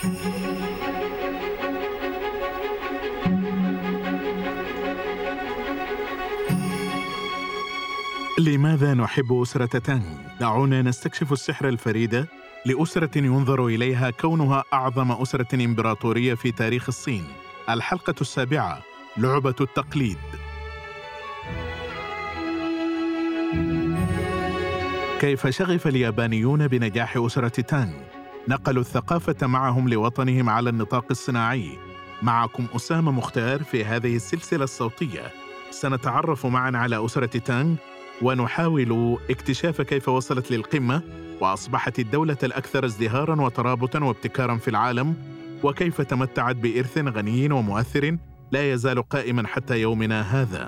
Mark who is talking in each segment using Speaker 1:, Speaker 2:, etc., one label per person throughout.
Speaker 1: لماذا نحب أسرة تانغ؟ دعونا نستكشف السحر الفريد لأسرة ينظر إليها كونها أعظم أسرة إمبراطورية في تاريخ الصين. الحلقة السابعة: لعبة التقليد. كيف شغف اليابانيون بنجاح أسرة تانغ؟ نقلوا الثقافة معهم لوطنهم على النطاق الصناعي. معكم أسامة مختار في هذه السلسلة الصوتية. سنتعرف معا على أسرة تانغ ونحاول اكتشاف كيف وصلت للقمة وأصبحت الدولة الأكثر ازدهاراً وترابطاً وابتكاراً في العالم، وكيف تمتعت بإرث غني ومؤثر لا يزال قائماً حتى يومنا هذا.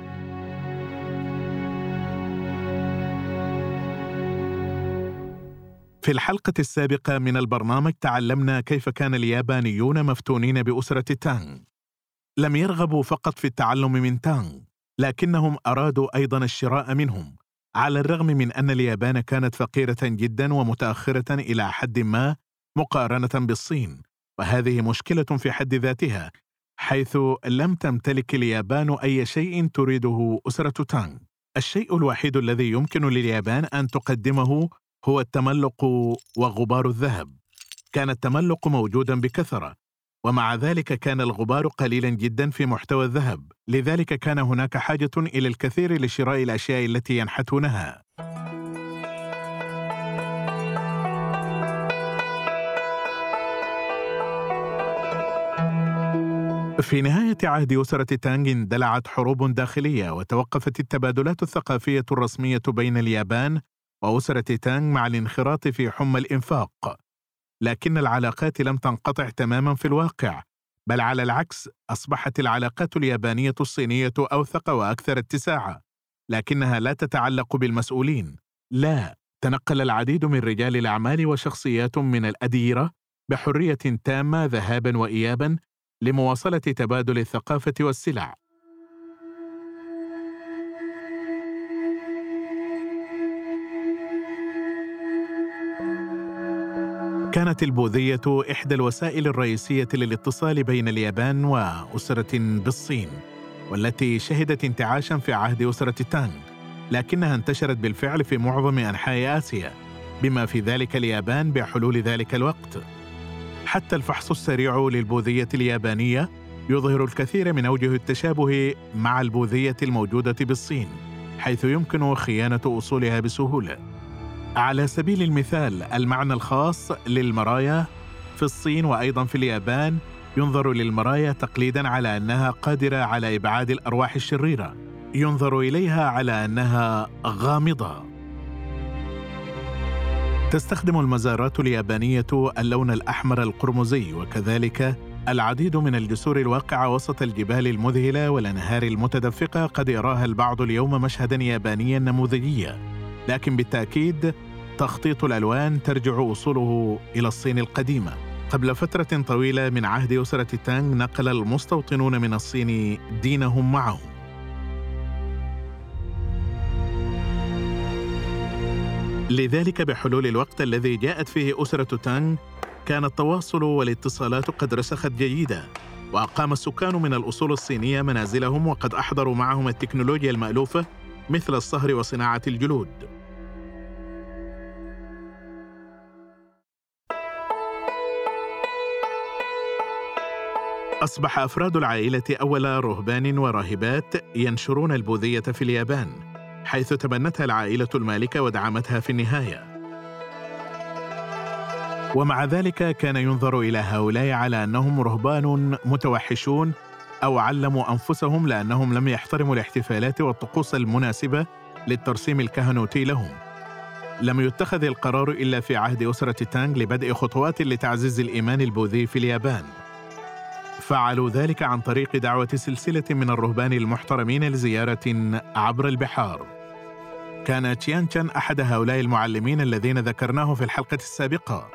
Speaker 1: في الحلقة السابقة من البرنامج تعلمنا كيف كان اليابانيون مفتونين بأسرة تانغ. لم يرغبوا فقط في التعلم من تانغ، لكنهم أرادوا أيضاً الشراء منهم، على الرغم من أن اليابان كانت فقيرة جداً ومتأخرة إلى حد ما مقارنة بالصين، وهذه مشكلة في حد ذاتها، حيث لم تمتلك اليابان أي شيء تريده أسرة تانغ. الشيء الوحيد الذي يمكن لليابان أن تقدمه هو التملق وغبار الذهب. كان التملق موجوداً بكثرة، ومع ذلك كان الغبار قليلاً جداً في محتوى الذهب، لذلك كان هناك حاجة إلى الكثير لشراء الأشياء التي ينحتونها. في نهاية عهد أسرة تانغ اندلعت حروب داخلية، وتوقفت التبادلات الثقافية الرسمية بين اليابان وأسرة تانغ مع الانخراط في حمى الإنفاق. لكن العلاقات لم تنقطع تماماً في الواقع، بل على العكس أصبحت العلاقات اليابانية الصينية أوثق وأكثر اتساعاً، لكنها لا تتعلق بالمسؤولين. لا، تنقل العديد من رجال الأعمال وشخصيات من الأديرة بحرية تامة ذهاباً وإياباً لمواصلة تبادل الثقافة والسلع. كانت البوذية إحدى الوسائل الرئيسية للاتصال بين اليابان وأسرة بالصين، والتي شهدت انتعاشاً في عهد أسرة تانغ، لكنها انتشرت بالفعل في معظم أنحاء آسيا، بما في ذلك اليابان بحلول ذلك الوقت. حتى الفحص السريع للبوذية اليابانية يظهر الكثير من أوجه التشابه مع البوذية الموجودة بالصين، حيث يمكن خيانة أصولها بسهولة. على سبيل المثال، المعنى الخاص للمرايا في الصين وأيضاً في اليابان ينظر للمرايا تقليداً على أنها قادرة على إبعاد الأرواح الشريرة، ينظر إليها على أنها غامضة. تستخدم المزارات اليابانية اللون الأحمر القرمزي، وكذلك العديد من الجسور الواقعة وسط الجبال المذهلة والأنهار المتدفقة قد يراها البعض اليوم مشهداً يابانياً نموذجياً، لكن بالتأكيد تخطيط الألوان ترجع أصوله إلى الصين القديمة. قبل فترة طويلة من عهد أسرة تانغ نقل المستوطنون من الصين دينهم معهم. لذلك بحلول الوقت الذي جاءت فيه أسرة تانغ كان التواصل والاتصالات قد رسخت جيدة، وأقام السكان من الأصول الصينية منازلهم وقد أحضروا معهم التكنولوجيا المألوفة مثل الصهر وصناعة الجلود. أصبح أفراد العائلة أول رهبان وراهبات ينشرون البوذية في اليابان، حيث تبنتها العائلة المالكة ودعمتها في النهاية. ومع ذلك كان ينظر إلى هؤلاء على أنهم رهبان متوحشون أو علموا أنفسهم لأنهم لم يحترموا الاحتفالات والطقوس المناسبة للترسيم الكهنوتي لهم. لم يتخذ القرار إلا في عهد أسرة تانغ لبدء خطوات لتعزيز الإيمان البوذي في اليابان. فعلوا ذلك عن طريق دعوة سلسلة من الرهبان المحترمين لزيارة عبر البحار. كان تشيان تشان أحد هؤلاء المعلمين الذين ذكرناه في الحلقة السابقة.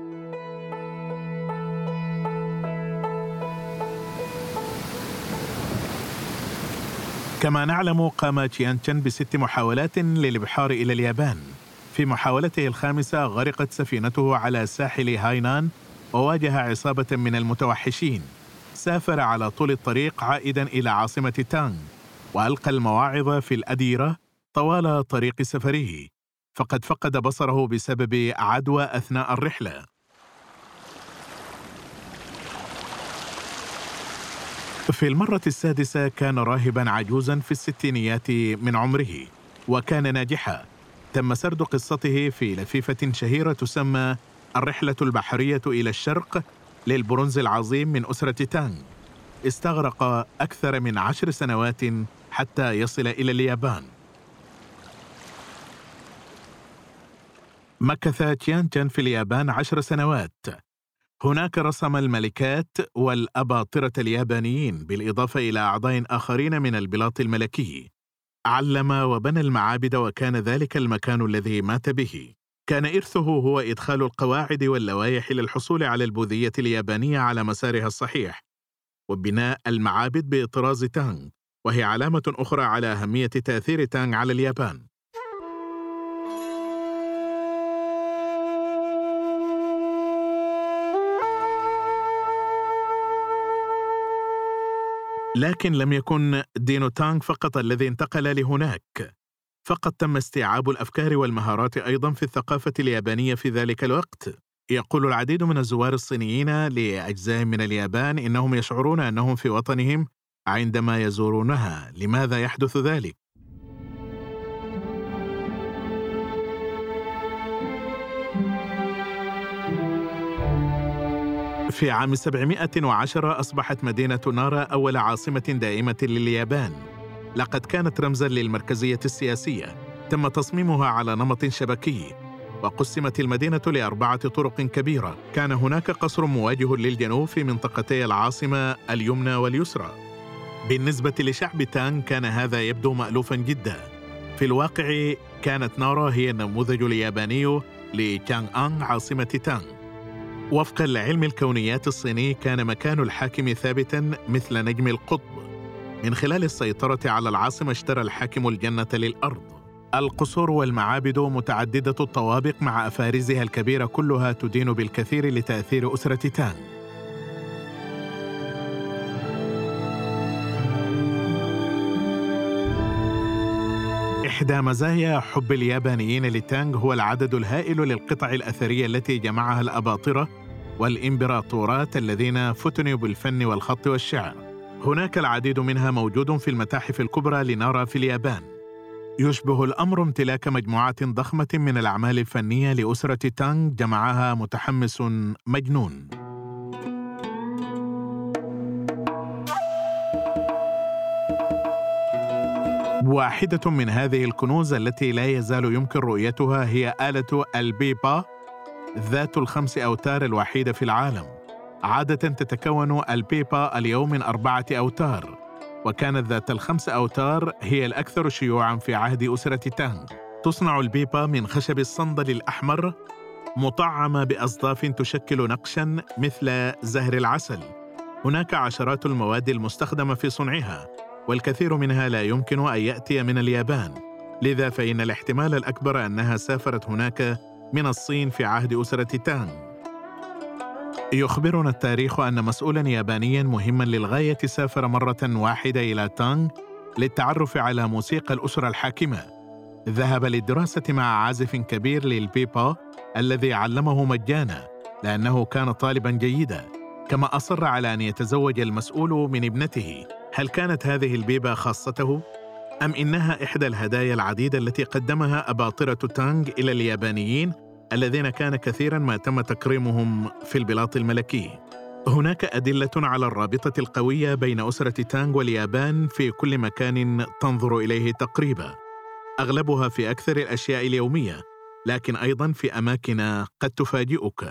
Speaker 1: كما نعلم قام تشيان تشان ب6 محاولات للإبحار إلى اليابان. في محاولته الخامسة غرقت سفينته على ساحل هاينان وواجه عصابة من المتوحشين. سافر على طول الطريق عائدا إلى عاصمة تانغ، وألقى المواعظ في الأديرة طوال طريق سفره، فقد فقد بصره بسبب عدوى أثناء الرحلة. في المرة السادسة كان راهبا عجوزا في الستينيات من عمره، وكان ناجحا. تم سرد قصته في لفيفة شهيرة تسمى الرحلة البحرية إلى الشرق للبرونز العظيم من أسرة تانغ. استغرق أكثر من 10 سنوات حتى يصل إلى اليابان. مكث تيانتشن في اليابان 10 سنوات. هناك رسم الملكات والأباطرة اليابانيين بالإضافة إلى أعضاء آخرين من البلاط الملكي. علم وبنى المعابد، وكان ذلك المكان الذي مات به. كان إرثه هو إدخال القواعد واللوائح للحصول على البوذية اليابانية على مسارها الصحيح، وبناء المعابد بطراز تانغ، وهي علامة أخرى على أهمية تأثير تانغ على اليابان. لكن لم يكن دينو تانغ فقط الذي انتقل لهناك، فقد تم استيعاب الأفكار والمهارات أيضا في الثقافة اليابانية في ذلك الوقت. يقول العديد من الزوار الصينيين لأجزاء من اليابان إنهم يشعرون أنهم في وطنهم عندما يزورونها. لماذا يحدث ذلك؟ في عام 710 أصبحت مدينة نارا أول عاصمة دائمة لليابان. لقد كانت رمزاً للمركزية السياسية. تم تصميمها على نمط شبكي، وقسمت المدينة ل4 طرق كبيرة. كان هناك قصر مواجه للجنوب في منطقتي العاصمة اليمنى واليسرى. بالنسبة لشعب تانغ كان هذا يبدو مألوفاً جداً. في الواقع كانت نارا هي النموذج الياباني لتشانغ عاصمة تانغ. وفقاً لعلم الكونيات الصيني كان مكان الحاكم ثابتاً مثل نجم القطب. من خلال السيطرة على العاصمة اشترى الحاكم الجنة للأرض. القصور والمعابد متعددة الطوابق مع أفارزها الكبيرة كلها تدين بالكثير لتأثير أسرة تانغ. إحدى مزايا حب اليابانيين لتانغ هو العدد الهائل للقطع الأثرية التي جمعها الأباطرة والإمبراطورات الذين فتنوا بالفن والخط والشعر. هناك العديد منها موجود في المتاحف الكبرى لنارا في اليابان. يشبه الأمر امتلاك مجموعة ضخمة من الأعمال الفنية لأسرة تانغ جمعها متحمس مجنون. واحدة من هذه الكنوز التي لا يزال يمكن رؤيتها هي آلة البيبا ذات ال5 أوتار الوحيدة في العالم. عادة تتكون البيبا اليوم من 4 أوتار، وكانت ذات ال5 أوتار هي الأكثر شيوعاً في عهد أسرة تانغ. تصنع البيبا من خشب الصندل الأحمر مطعمة بأصداف تشكل نقشاً مثل زهر العسل. هناك عشرات المواد المستخدمة في صنعها، والكثير منها لا يمكن أن يأتي من اليابان، لذا فإن الاحتمال الأكبر أنها سافرت هناك من الصين في عهد أسرة تانغ. يخبرنا التاريخ أن مسؤولاً يابانياً مهماً للغاية سافر مرة واحدة إلى تانغ للتعرف على موسيقى الأسرة الحاكمة. ذهب للدراسة مع عازف كبير للبيبا الذي علمه مجاناً لأنه كان طالباً جيداً، كما أصر على أن يتزوج المسؤول من ابنته. هل كانت هذه البيبا خاصته؟ أم إنها إحدى الهدايا العديدة التي قدمها أباطرة تانغ إلى اليابانيين الذين كان كثيراً ما تم تكريمهم في البلاط الملكي؟ هناك أدلة على الرابطة القوية بين أسرة تانغ واليابان في كل مكان تنظر إليه تقريباً، أغلبها في أكثر الأشياء اليومية، لكن أيضاً في أماكن قد تفاجئك.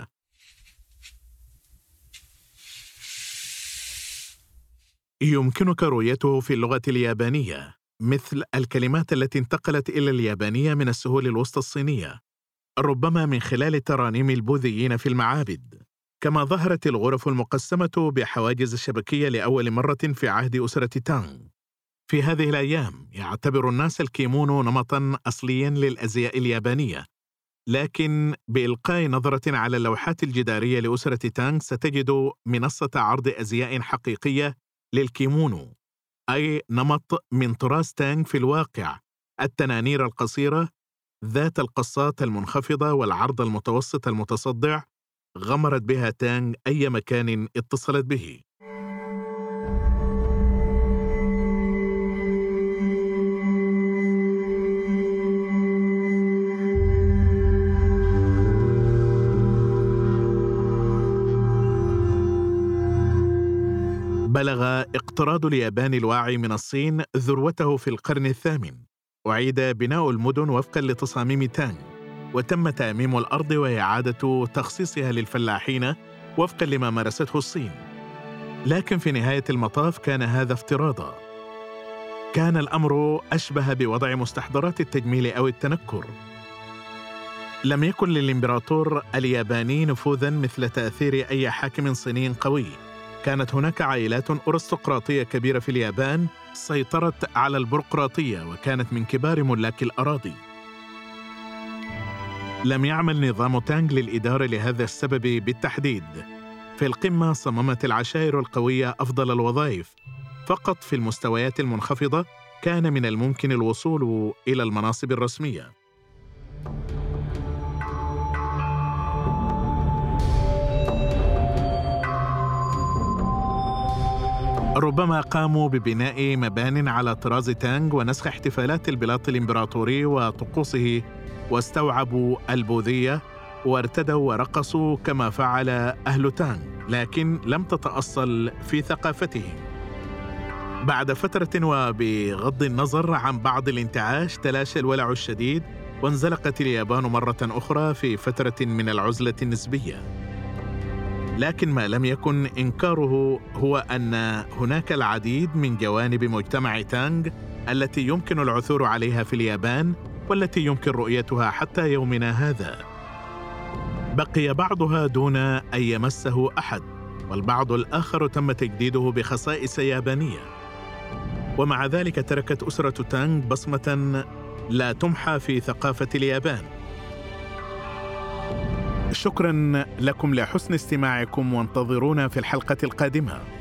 Speaker 1: يمكنك رؤيته في اللغة اليابانية، مثل الكلمات التي انتقلت إلى اليابانية من السهول الوسطى الصينية، ربما من خلال ترانيم البوذيين في المعابد. كما ظهرت الغرف المقسمة بحواجز شبكية لأول مرة في عهد أسرة تانغ. في هذه الأيام يعتبر الناس الكيمونو نمطاً أصلياً للأزياء اليابانية، لكن بإلقاء نظرة على اللوحات الجدارية لأسرة تانغ ستجد منصة عرض أزياء حقيقية للكيمونو، أي نمط من طراز تانغ في الواقع. التنانير القصيرة ذات القصات المنخفضة والعرض المتوسط المتصدع غمرت بها تانغ أي مكان اتصلت به. بلغ اقتراض اليابان الواعي من الصين ذروته في القرن الثامن. أعيد بناء المدن وفقاً لتصاميم تانغ، وتم تأميم الأرض وإعادة تخصيصها للفلاحين وفقاً لما مارسته الصين. لكن في نهاية المطاف كان هذا افتراضاً. كان الأمر أشبه بوضع مستحضرات التجميل أو التنكر. لم يكن للإمبراطور الياباني نفوذاً مثل تأثير أي حاكم صيني قوي. كانت هناك عائلات أرستقراطية كبيرة في اليابان سيطرت على البيروقراطية وكانت من كبار ملاك الأراضي. لم يعمل نظام تانغ للإدارة لهذا السبب بالتحديد. في القمة صممت العشائر القوية أفضل الوظائف. فقط في المستويات المنخفضة كان من الممكن الوصول إلى المناصب الرسمية. ربما قاموا ببناء مبان على طراز تانغ ونسخ احتفالات البلاط الإمبراطوري وطقوسه، واستوعبوا البوذية وارتدوا ورقصوا كما فعل أهل تانغ، لكن لم تتأصل في ثقافتهم. بعد فترة وبغض النظر عن بعض الانتعاش تلاشى الولع الشديد، وانزلقت اليابان مرة أخرى في فترة من العزلة النسبية. لكن ما لم يكن إنكاره هو أن هناك العديد من جوانب مجتمع تانغ التي يمكن العثور عليها في اليابان والتي يمكن رؤيتها حتى يومنا هذا. بقي بعضها دون أن يمسه أحد، والبعض الآخر تم تجديده بخصائص يابانية. ومع ذلك تركت أسرة تانغ بصمة لا تمحى في ثقافة اليابان. شكراً لكم لحسن استماعكم، وانتظرونا في الحلقة القادمة.